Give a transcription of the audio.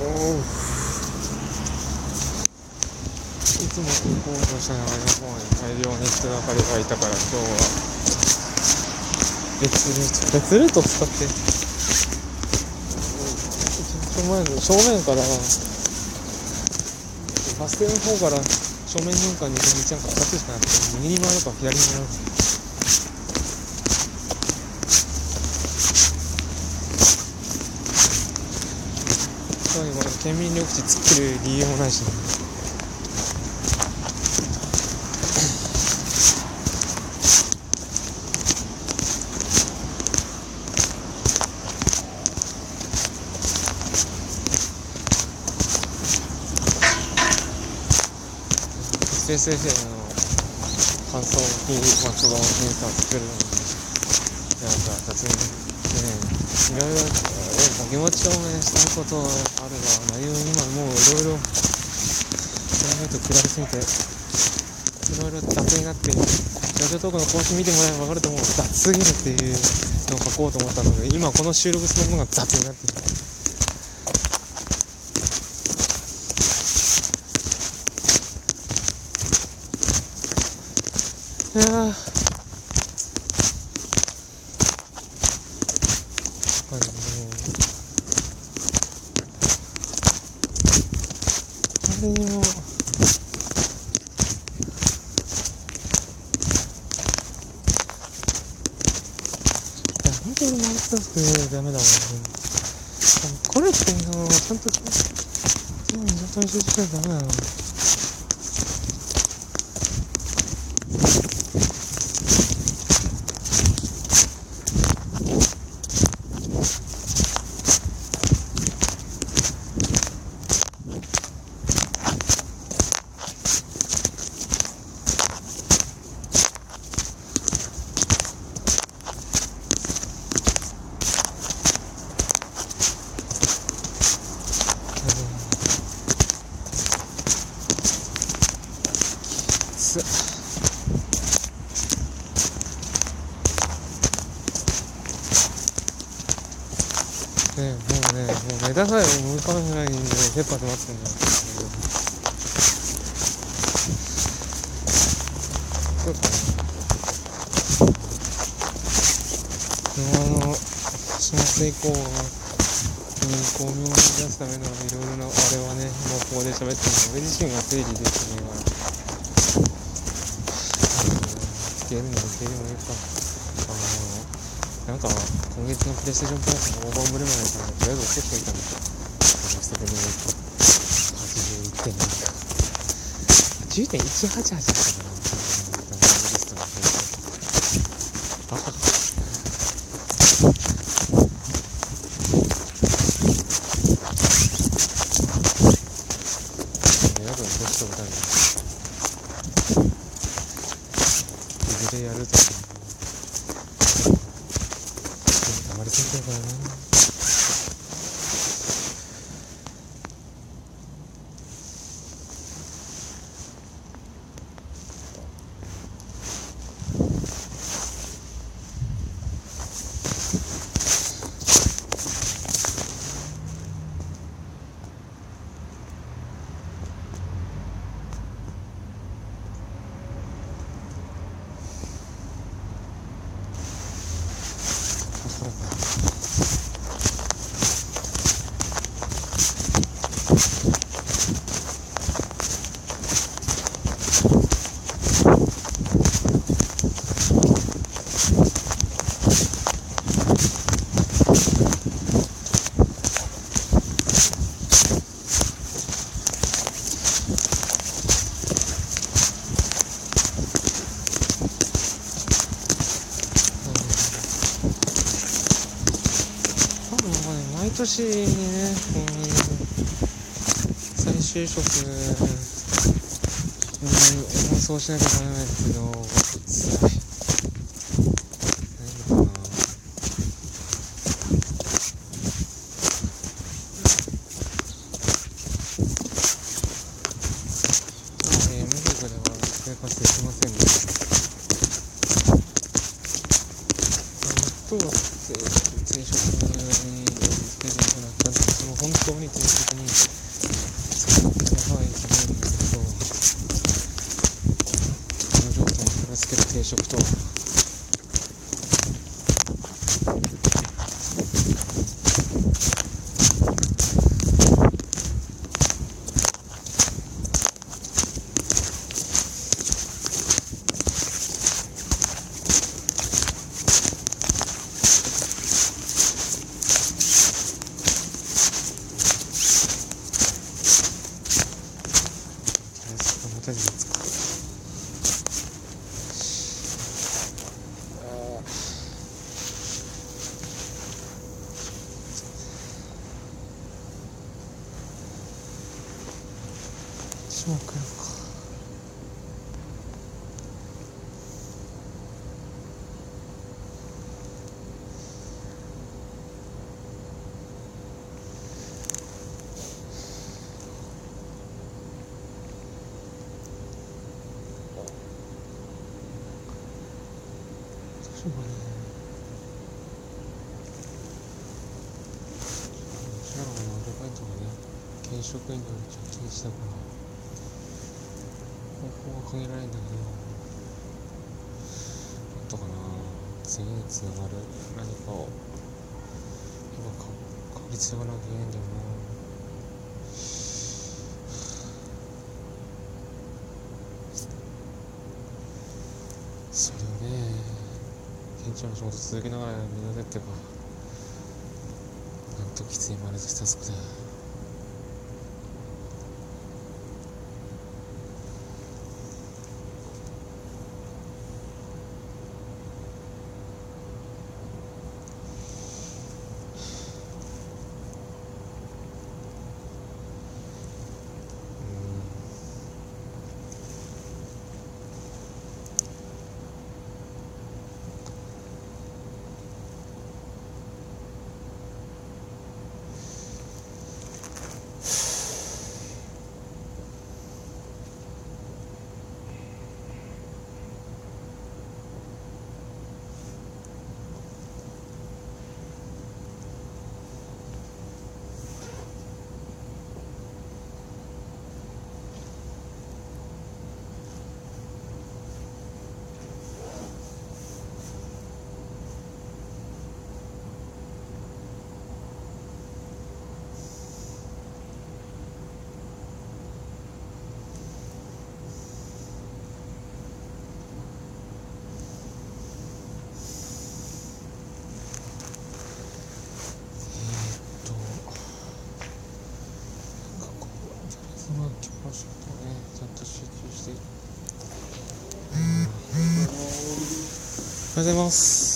いつも空港の車内の方に大量に人だかりがいたから、今日は別ルートを使って正面からバス停の方から正面に向かう道なんか2つしかなくて、右に回るか左に回るか、さらにこれ県民緑地作る理由もないしね。生成の乾燥品、松葉の品さを作るのになんか雑にね、いろいろ気持ちをしたいことはあるが、内容今もういろいろと下りすぎていろいろ雑になって、ラジオトークの更新見てもらえば分かると思う。雑すぎるっていうのを書こうと思ったので、今この収録そのものが雑になっている。いやー、誰にも本当にマルチタスクダメだもんね。これってちゃんと常に状態に集中しないとダメだな。もうネタさえ思い浮かばないぐらいに切羽詰まってんだよ。そうかな。4月以降に巧妙に出すためのいろいろなあれはね、もうここで喋っても俺自身が整理できてねえから、ゲームの受け入れもいいか。なんか今月のプレイステーションパークの大盤振る舞いからとりあえず落としておいたんだ。それで81点なんか 10.188 だったかな。バカか。宿に落としておいたんだ。いずれやるとあまりついてるからな。毎年ね、再就職に奔走しなきゃダメなんですけど、辛い。何だろうな。無職では生活できませんね。と転職につけてなくなったんですけど、本当に転職にり待つか。私も来るか。私もね、うちらのアルバイトがね、現職員による直近したから、方法は限られるんだけど、なんとかな、次につながる何かを今確立していかなきゃいけないんだよな。それをね、店長の仕事続けながらみんなでってか、なんときついマネージタスクだよ。今日はちょっとね、ちゃんと集中して。おはようございます。